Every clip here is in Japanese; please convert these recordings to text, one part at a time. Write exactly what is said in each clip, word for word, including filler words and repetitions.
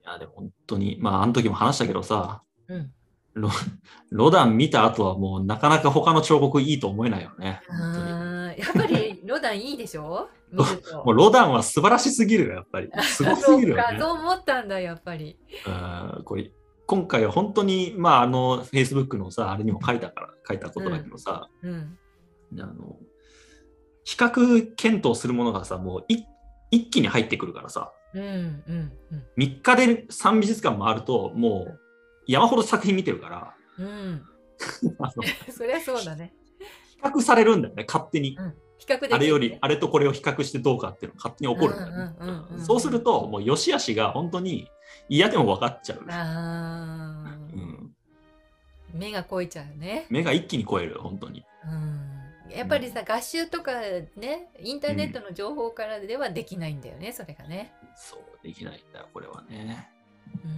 や、でも本当に、まあ、あの時も話したけどさ、 うん。 ロ、ロダン見た後はもうなかなか他の彫刻いいと思えないよね。本当に。 ああ、やっぱりロダンいいでしょ見ると。 もうロダンは素晴らしすぎるよ、やっぱり。すごすそうか、 ぎるよね。 そう思ったんだ、やっぱり。 うん、これ、今回は本当に、まあ、あの、Facebook のさ、あれにも書いたから、書いたことだけうん。 どさ、 うん。 あの、比較検討するものがさ、もうい一気に入ってくるからさ、 うん。うん。うん。 みっかでさん美術館回ると、もう山ほど作品見てるから、 うん。 あのそりゃそうだね。 比較されるんだよね、勝手に。 うん。比較あれより、 できるね。 あれとこれを比較してどうかっていうのが勝手に起うんうこるんだよね。 んうんうそうするんと、もう良し悪しが本当に嫌でも分かっちゃう。 うん。あうん、 あ、目が肥えちゃうね。 目が一気に超える、本当に。 うん。やっぱりさ、合集とかね、インターネットの情報からではできないんだよね、それがね。 そう、できないんだよ、これはね。 うん。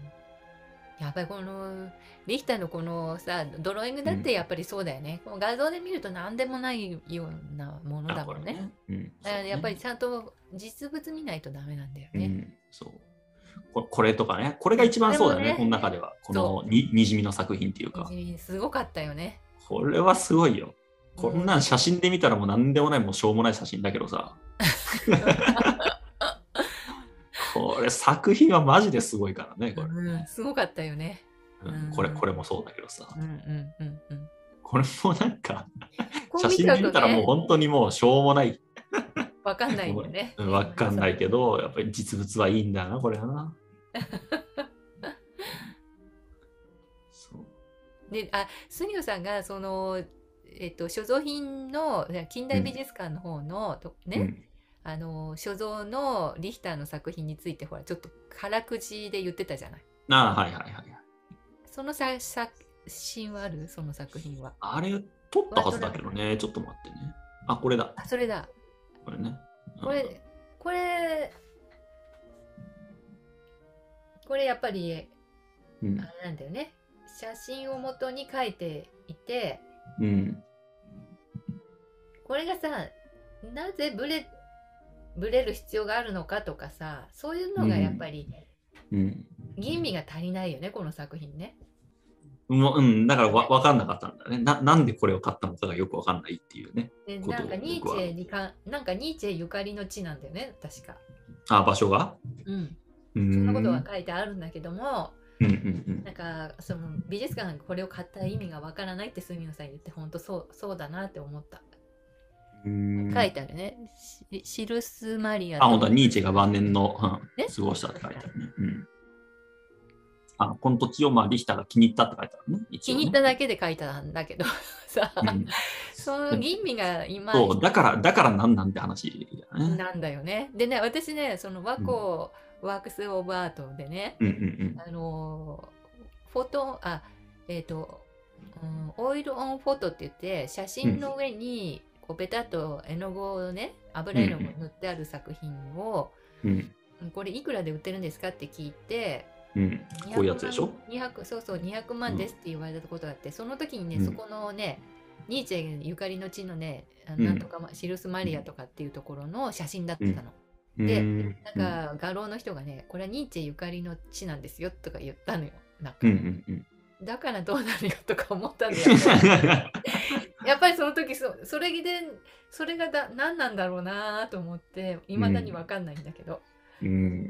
やっぱりこのリヒターのこのさドローイングだってやっぱりそうだよね。この画像で見ると何でもないようなものあ、 だもんね。 これね。うん、 だからやっぱりそうね。 ちゃんと実物見ないとダメなんだよね。 うん、そう。ここれとかね、これがあ、 一これ番そうだよね、こもね、 の中では。こそのににじみの作品っていうう、 か。 すごかったよね。 これはすごいよ。こんもうなん写真で見たらもう何でもない、もうしょうもない写真だけどさ。これ作品はマジですごいからね、これ。 うん、すごかったよね。 うん、これ、 うん、 これもそうだけどさ。 うん、うん、うん、うん。 これもなんか写こう見ちゃう真で見たらもうとね、 本当にもうしょうもない。 わかんないんだよね。 わかんないけど、やっぱり実物はいいんだな、これはな。そう。 で、あ、杉野さんがその、えっと、所蔵品の近代美うん。 術館の方のとね、 うん。 あの所蔵のリヒターの作品についてほらちょっと辛口で言ってたじゃない。 ああ、はいはいはい。 そのさ写真はある？その作品は。 あれ、撮ったはずは撮らない。 だけどね。ちょっと待ってね。あ、これだ。 あ、それだ。 これね。 これ、これ、これやっぱりうん。 あれなんだよね。写真を元に描いていて、 うん。 これがさ、なぜブレ、ブレる必要があるのかとかさ、そういうのがやっうん。 ぱりうん。 吟味が足りないよね、この作品ね。 もううん、だからわ分かんなかったんだねな。なんでこれを買ったのかがよく分かんないっていうね、 で、 ことなんかニーチを僕は。 ェにか、なんかニーチェゆかりの地なんだよね、確か。 あ、場所がうん。 うーそんなことがん。 書いてあるんだけども、 うんうんなんかその美術館がこれを買った意味がわからないって杉野さん言って、本当そうそうだなって思った。 うん。うーん。 書いてあるね。シシルスマリアあ、本当と、 はニーチェが晩年の、うん、 ね、 過ごしたって書いてあるね。うん。あ、この土地をまあリヒターが気に入ったって書いてあるね。一応ね。 気に入っただけで書いたんだけどさあ、 うん。 その吟味がいまいちそう、だから、だからなんなんて話だよね。 なんだよね。でね、私ね、その和うん。 光ワークス・オブ・アートでね、 うんうんあのフォト、あ、えっ、と、うん、オイルオンフォトって言って、写うん。 真の上にこうペタッと絵の具をね、 うん。 油絵の具をうん塗ってある作品を、 うん。 うん、これいくらで売ってるんですかって聞いて、 うん。こういうや 200万、 つでしょにひゃく、そうそう、にひゃくまんですって言われたことがあって、その時にね、そうん。 このね、ニーチェゆかりの地のね、あうん。 なんとか、シルスマリアとかっていうところの写真だっうん。 たの。 うで、 ん。うん。 なんか画廊の人がね、これはニーチェゆかりの地なんですよとか言ったのよ。なんうん。 か。 うん。 だからどうなるよとか思ったんで、やっぱり。やっぱりその時そ、それで、それがだ何なんだろうなと思って、いまだにわかんないんだけど。 うん。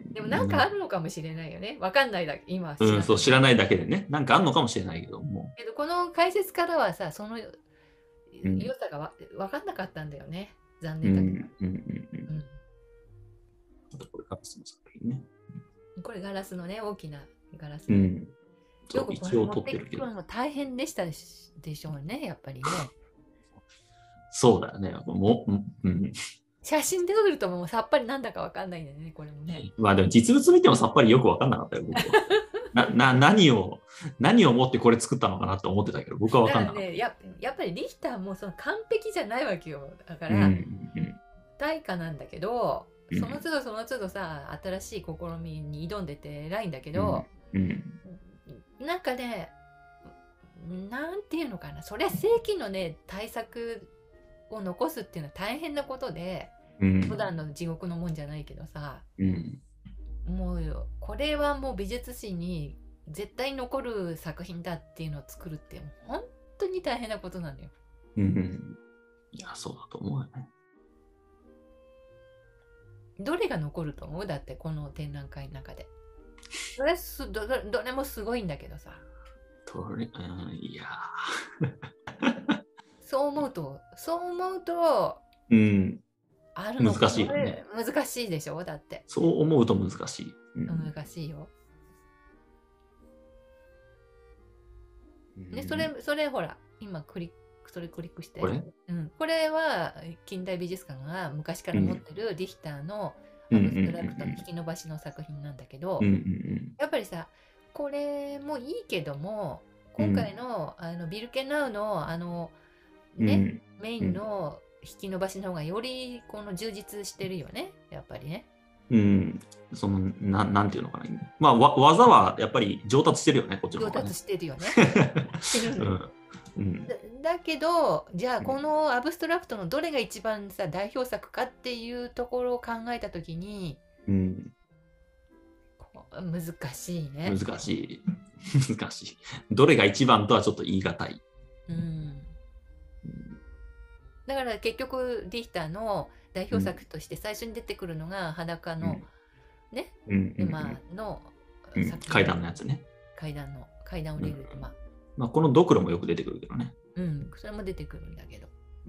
でもなんかあるのかもしれないよね。わかんないだけ、今は知うん、 らない。 そう、知らないだけでね。なんかあんのかもしれないけども。 けど、この解説からはさ、そのうん。 良さがわわかんなかったんだよね。残うん。 念だけど。 うん。うん。うん。あとこれカラスの作品ね。 うん、これガラスのね、大きなガラスの。 うん。そう、 よくこれ一応持って撮ってるけど。 くるの大変でしたでしでしょうね、やっぱりね。 そうだよね。もう、うん。 写真で撮るともうさっぱりなんだかわかんないんだよね、これもね。 まあでも実物見てもさっぱりよくわかんなかったよ、僕は。な、な、何を、何をもってこれ作ったのかなって思ってたけど、僕はわかんなかった。 だからね、ややっぱりリヒターもその完璧じゃないわけよ。だかうん。 ら、 うん。 対価なんだけど、 うん。 その都度その都度さ、新しい試みに挑んでて偉いんだけうん。 ど、 うん。 なんかね、なんていうのかな、それ正規のね、対策を残すっていうのは大変なことで、 うん。 普段の地獄のもんじゃないけどさ、 うん。 もうこれはもう美術史に絶対残る作品だっていうのを作るって本当に大変なことなんだよ。 うん。いや、そうだと思うよね。 どれが残ると思う？だってこの展覧会の中で。それす ど, どどれもすごいんだけどさ。 どれ、うん、いや。 そう思うと、そう思うと、 うん。 あるのか難しいよね。 難しいでしょだって。 そう思うと難しい。 うん、難しいよ。で、それ、それほら、今クリック、それクリックして。 これ、 うん、これは近代美術館が昔から持ってるリヒターのアブストラクトの引き伸ばしの作品なんだけど、やっぱりさ、これもいいけども、今回の、うん、あのビルケナウのあの、ね、うん、メインの引き伸ばしの方がよりこの充実してるよね、やっぱりね。 うん、そのななんていうのかな、まあわ技はやっぱり上達してるよね、こっちの方が、ね、 上達してるよね。 うん、 だ, だけどじゃあこのアブストラクトのどれが一番さ代表作かっていうところを考えたときに、うん、難しいね。 難しい難しい。どれが一番とはちょっと言い難い。うん、 だから結局リヒターの代表作として最初に出てくるのが裸の、うん、ね、馬の、 うん、階段のやつね。 階段の階段を降りる馬。うん、 まあ、このドクロもよく出てくるけどね。 うん、それも出てくるんだけど。うん、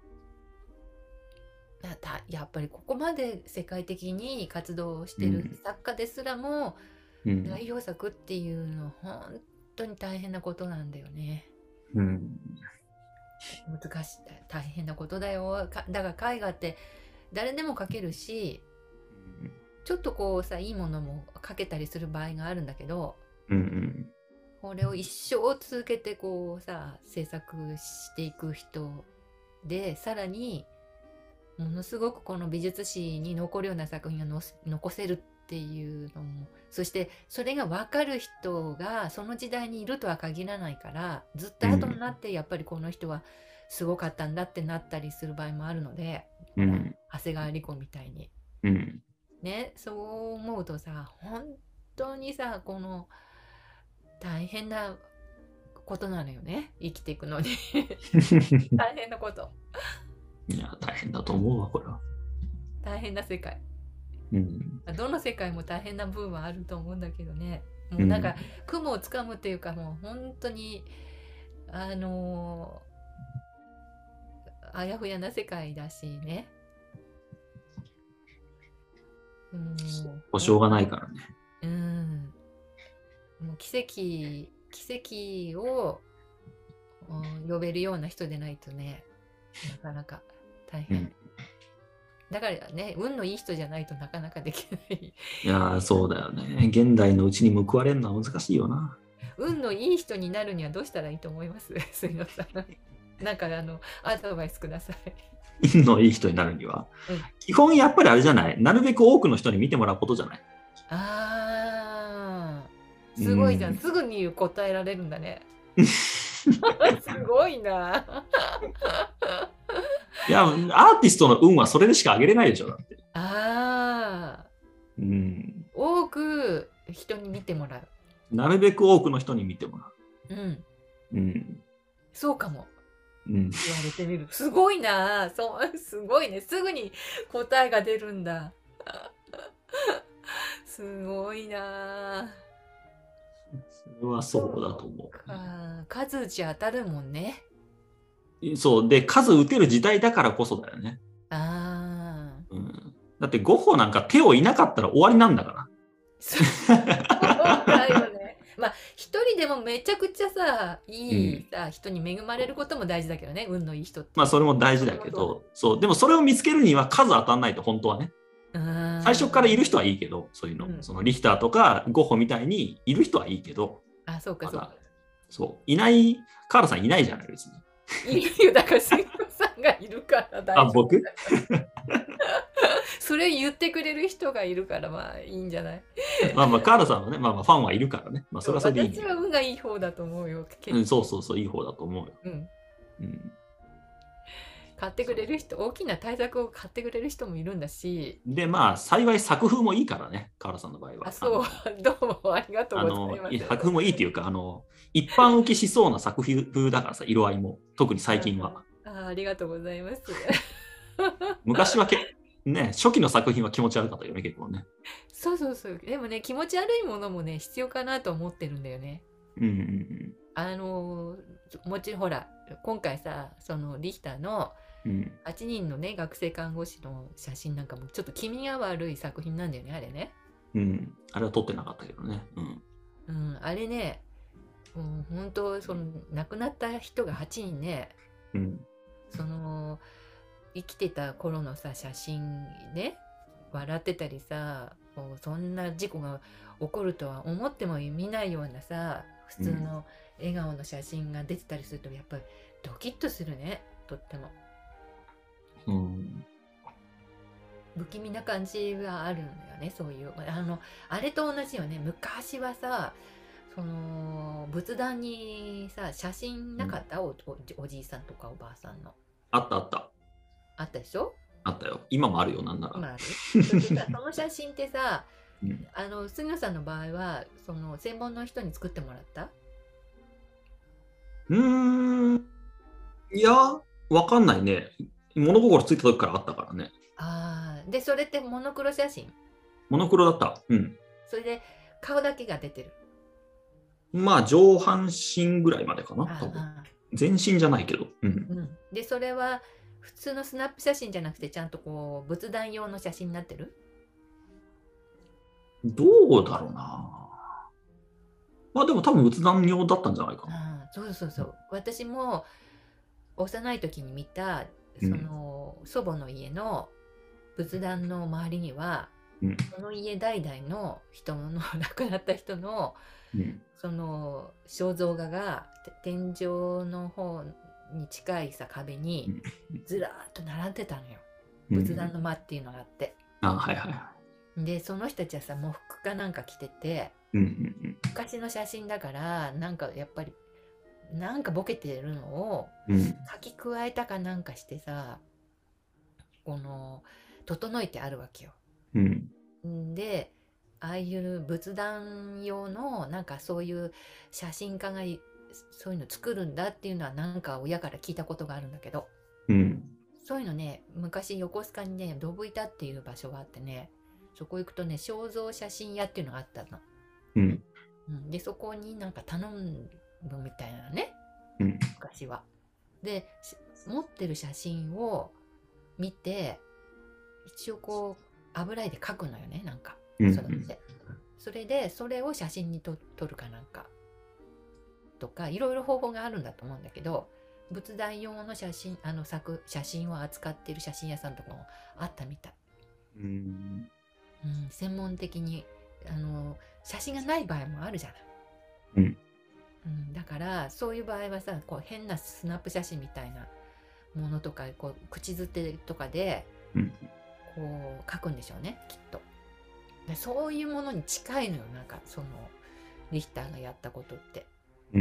や, やっぱりここまで世界的に活動してる作家ですらも、うん、代表作っていうのは本当に大変なことなんだよね。うん、難しい、大変なことだよ。だから絵画って誰でも描けるし、うん、ちょっとこうさいいものも描けたりする場合があるんだけど、うんうん、これを一生続けてこうさ制作していく人で、さらにものすごくこの美術史に残るような作品をの残せるっていうのも、そしてそれが分かる人がその時代にいるとは限らないから、ずっと後になってやっぱりこの人はすごかったんだってなったりする場合もあるので、うん、長谷川理子みたいに、うん、ね、そう思うとさ本当にさこの大変なことなのよね、生きていくのに大変なこといや大変だと思うわ、これは大変な世界、うん、どの世界も大変な部分はあると思うんだけどね、もうなんか雲をつかむっていうか、もう本当にあのー、あやふやな世界だしね、 うん、しょうがないからね、 うん、もう奇跡奇跡を、うん、呼べるような人でないとね、なかなか大変、うん、だからね、運のいい人じゃないとなかなかできない。 いやそうだよね、現代のうちに報われるのは難しいよな。 運のいい人になるにはどうしたらいいと思います杉野さん。なんかあのアドバイスください。 運のいい人になるには、うん、基本やっぱりあれじゃない、なるべく多くの人に見てもらうことじゃない。 あー、すごいじゃん、うん、すぐに答えられるんだね。すごいな。 いや、アーティストの運はそれでしか上げれないでしょ、だって。 ああ、うん、多く人に見てもらう。 なるべく多くの人に見てもらう。うん。 うん。そうかも。うん、言われてみる。すごいな。そう、すごいね。すぐに答えが出るんだ。すごいな。 それはそうだと思う。 あ、数打ち当たるもんね。 そうで、数打てる時代だからこそだよね。 ああ、 うん。だってゴッホなんか手をいなかったら終わりなんだから。 そうだよね。まあ一人でもめちゃくちゃさいいさ、うん、人に恵まれることも大事だけどね、運のいい人って。 まあそれも大事だけど、そうでもそれを見つけるには数当たんないと本当はね。最初からいる人はいいけど、そういうの、うん、そのリヒターとかゴッホみたいにいる人はいいけど、 あ、そうかそうか、 そういないカールさんいないじゃない別に。 いるよ、だから杉野さんがいるから大丈夫。 あ、僕それ言ってくれる人がいるからまあいいんじゃない。 まあまあカールさんはね、まあまあファンはいるからね、まあそれはそれでいい、ね。 私は運がいい方だと思うよ。 うん、そうそうそういい方だと思うよ。うん。 うん、 買ってくれる人、大きな対策を買ってくれる人もいるんだし。 で、まあ、幸い作風もいいからね、河原さんの場合は。 あ、そう、どうもありがとうございます。 作風もいいっていうか、あの、一般受けしそうな作風だからさ、色合いも。特に最近は。 あ、ありがとうございます。 昔はけ、ね、初期の作品は気持ち悪かったよね、結構ね。 そうそうそう。でもね、気持ち悪いものもね、必要かなと思ってるんだよね。 うんうんうん。 あの、もちろんほら、今回さ、そのリヒターのはちにんのね、学生看護師の写真なんかもちょっと気味が悪い作品なんだよね、あれね。 うん。あれは撮ってなかったけどね。うん。 うん、あれね、もう本当その亡くなった人がはちにんね、 うん、 その生きてた頃のさ写真ね、笑ってたりさ、もうそんな事故が起こるとは思っても見ないようなさ、普通の笑顔の写真が出てたりするとやっぱりドキッとするね、とっても。 うん、 不気味な感じはあるんだよね、そういう。あのあれと同じよね。昔はさ、その仏壇にさ写真なかった、うん、お, お, おじいさんとかおばあさんの。 あったあった。 あったでしょ。 あったよ。今もあるよ、なんなら。 今ある。そさその写真ってさ、うん、あの杉野さんの場合はその専門の人に作ってもらった？ うーん、いや、わかんないね。物心ついた時からあったからね。 ああ、でそれってモノクロ写真？ モノクロだった。うん。 それで顔だけが出てる。 まあ上半身ぐらいまでかな、多分。全身じゃないけど、うん。うん。 でそれは普通のスナップ写真じゃなくてちゃんとこう仏壇用の写真になってる？ どうだろうな。まあでも多分仏壇用だったんじゃないかな。 あ、そうそうそう。うん、私も幼い時に見たその、うん、祖母の家の仏壇の周りには、うん、その家代々の人の亡くなった人の、うん、その肖像画が天井の方に近いさ壁にずらーっと並んでたのよ、うん、仏壇の間っていうのがあって、 あ、はいはいはい。 でその人たちはさ喪服かなんか着てて、 うんうんうん、 昔の写真だからなんかやっぱりなんかボケてるのを書き加えたかなんかしてさ、この整えてあるわけよ、うん、でああいう仏壇用のなんかそういう写真家がそういうの作るんだっていうのはなんか親から聞いたことがあるんだけど、うん、そういうのね、昔横須賀にねドブ板っていう場所があってね、そこ行くとね肖像写真屋っていうのがあったの、うんうん、でそこになんか頼むみたいなね、うん、昔は。で持ってる写真を見て一応こう油絵で描くのよね、なんかそうって、うん、それでそれを写真にと撮るかなんかとかいろいろ方法があるんだと思うんだけど、仏壇用の写真あの作写真を扱っている写真屋さんとかもあったみたい、うんうん、専門的にあの写真がない場合もあるじゃない、うんうん、だからそういう場合はさこう変なスナップ写真みたいなものとかこう口づてとかでこう書くんでしょうね、きっと。でそういうものに近いのよ、なんかそのリヒターがやったことって。うん、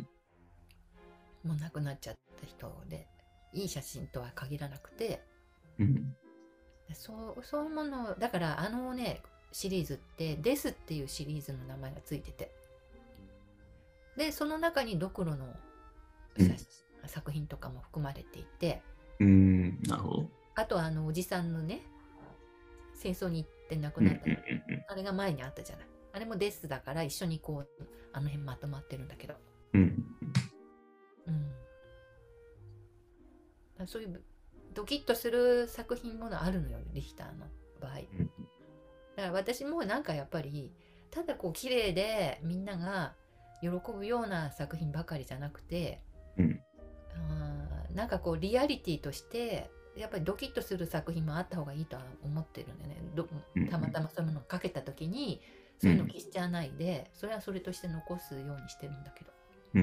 もう亡くなっちゃった人でいい写真とは限らなくて、うん、でそうそういうものだから、あのねシリーズってデスっていうシリーズの名前がついてて、でその中にドクロの、うん、作品とかも含まれていて、うん、なるほど。あとあのおじさんのね戦争に行って亡くなった、うんうんうん、あれが前にあったじゃない、あれもデスだから一緒にこうあの辺まとまってるんだけど、うんうん、そういうドキッとする作品ものあるのよ、リヒターの場合。だから私もなんかやっぱりただこう綺麗でみんなが喜ぶような作品ばかりじゃなくて、うん、あなんかこうリアリティとしてやっぱりドキッとする作品もあった方がいいとは思ってるんでね、どたまたまそういうものをかけた時にそういうの消しちゃわないで、それはそれとして残すようにしてるんだけど、うん、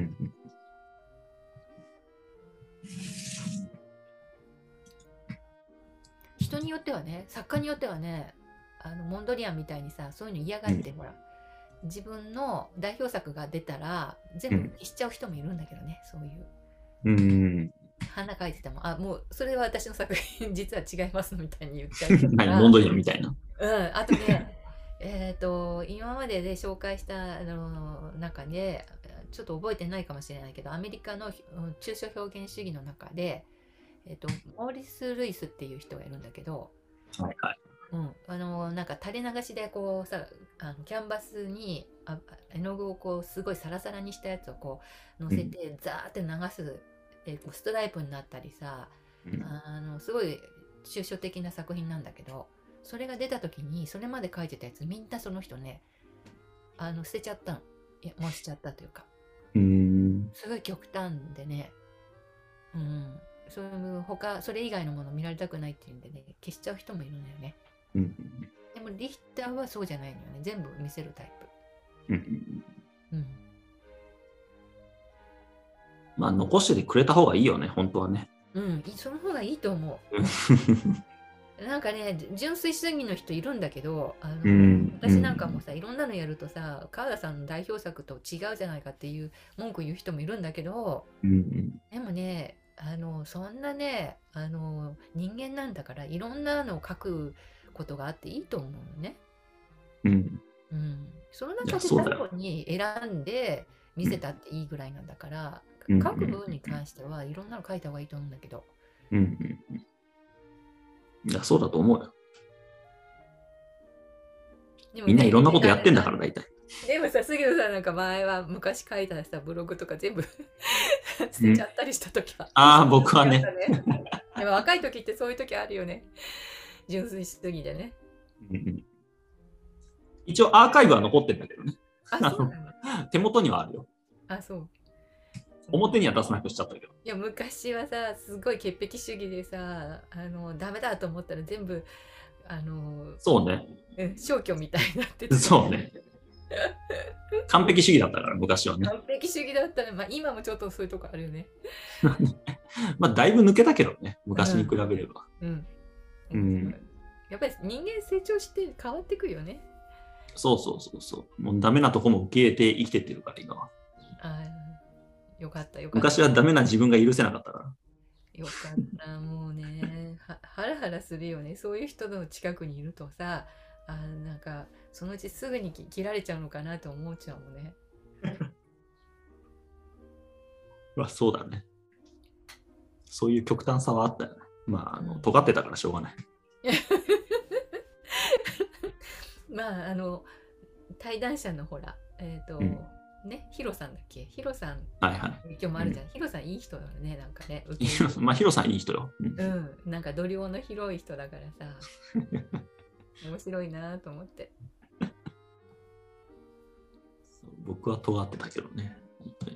人によってはね、作家によってはね、あのモンドリアンみたいにさそういうの嫌がって、うん、ほら自分の代表作が出たら全部消しちゃう人もいるんだけどね、うん、そういう、うん、 花描いてても、あ、もうそれは私の作品実は違いますみたいに言っちゃうか何、 ら。 モンドリアンみたいな。 うん、あとね、えっと、今までで紹介したあの中で、ちょっと覚えてないかもしれないけど、アメリカのうん抽象表現主義の中で、えっと、モーリス・ルイスっていう人がいるんだけど、 はいはい。 うん、あのなんか垂れ流しでこうさ、あのキャンバスにあ絵の具をこうすごいサラサラにしたやつをこう乗せてザーって流す、えーこうストライプになったりさ、 うんあのすごい抽象的な作品なんだけど、それが出た時にそれまで描いてたやつみんなその人ね、あの捨てちゃったの。いや、もうしちゃったというか、 うーん。 すごい極端でね、うん、そういう他それ以外のもの見られたくないっていうんでね、消しちゃう人もいるんだよね。 うん。 でもリヒターはそうじゃないのよね。全部見せるタイうん。 プ。うん。 まあ、残しててくれた方がいいよね、本当はね。 うん、いその方がいいと思う。なんかね、じ純粋主義の人いるんだけど、あの、 うん。 私なんかもさ、いろんなのやるとさ、川田さんの代表作と違うじゃないかっていう文句言う人もいるんだけど、 うん。 でもね、あの、そんなね、あの、人間なんだから、いろんなのを書くことがあっていいと思うのね。 うん。 うん。そのいや、 中で最そうだよ。 後に選んで見せたっていいぐらいなんだから、 うん。 書く分に関してはいろんなの書いた方がいいと思うんだけど。 うん。うん。いや、そうだと思うよ。 でもみんないろんなことやってんだあから、大体。 でもさ、杉野さんなんか前は昔書いたさ、ブログとか全部捨てちゃったりした時は。 ああ、僕はね。 でも若い時ってそういう時あるよね。純粋主義でね。 うん。一応アーカイブは残ってるんだけどね。 あ、そうなの。 手元にはあるよ。 あ、そう。 表には出さなくしちゃったけど。 いや、昔はさ、すごい潔癖主義でさ、あの、ダメだと思ったら全部、あの、 そうね。 うん消去みたいになってて。 そうね。完璧主義だったから、昔はね。 完璧主義だったね。まあ今もちょっとそういうとこあるよね。 まあ、だいぶ抜けたけどね、昔に比べれば。 うん。 うんやっぱり人間成長して変わってくるよね。 そうそうそうそう。もうダメなとこも受け入れて生きてってるから、今は。 ああ、よかったよかった。 昔はダメな自分が許せなかったから。 よかった、もうね、はハラハラするよね。そういう人の近くにいるとさ、あなんか、そのうちすぐにき切られちゃうのかなと思っちゃうもんね。 まあ、そうだね。そういう極端さはあったよね。まあ、あの、尖ってたからしょうがない。 まあ、あの、対談者のほら、えっ、と、 うんね、ヒロさんだっけヒロさん、 はいはい。 影響もあるじゃん。ヒロさんいい人だよね、なんかね。受けヒロまあ、ヒロさんいい人よ。うんうん、なんか度量の広い人だからさ、面白いなと思って。 僕は尖ってたけどね。本当に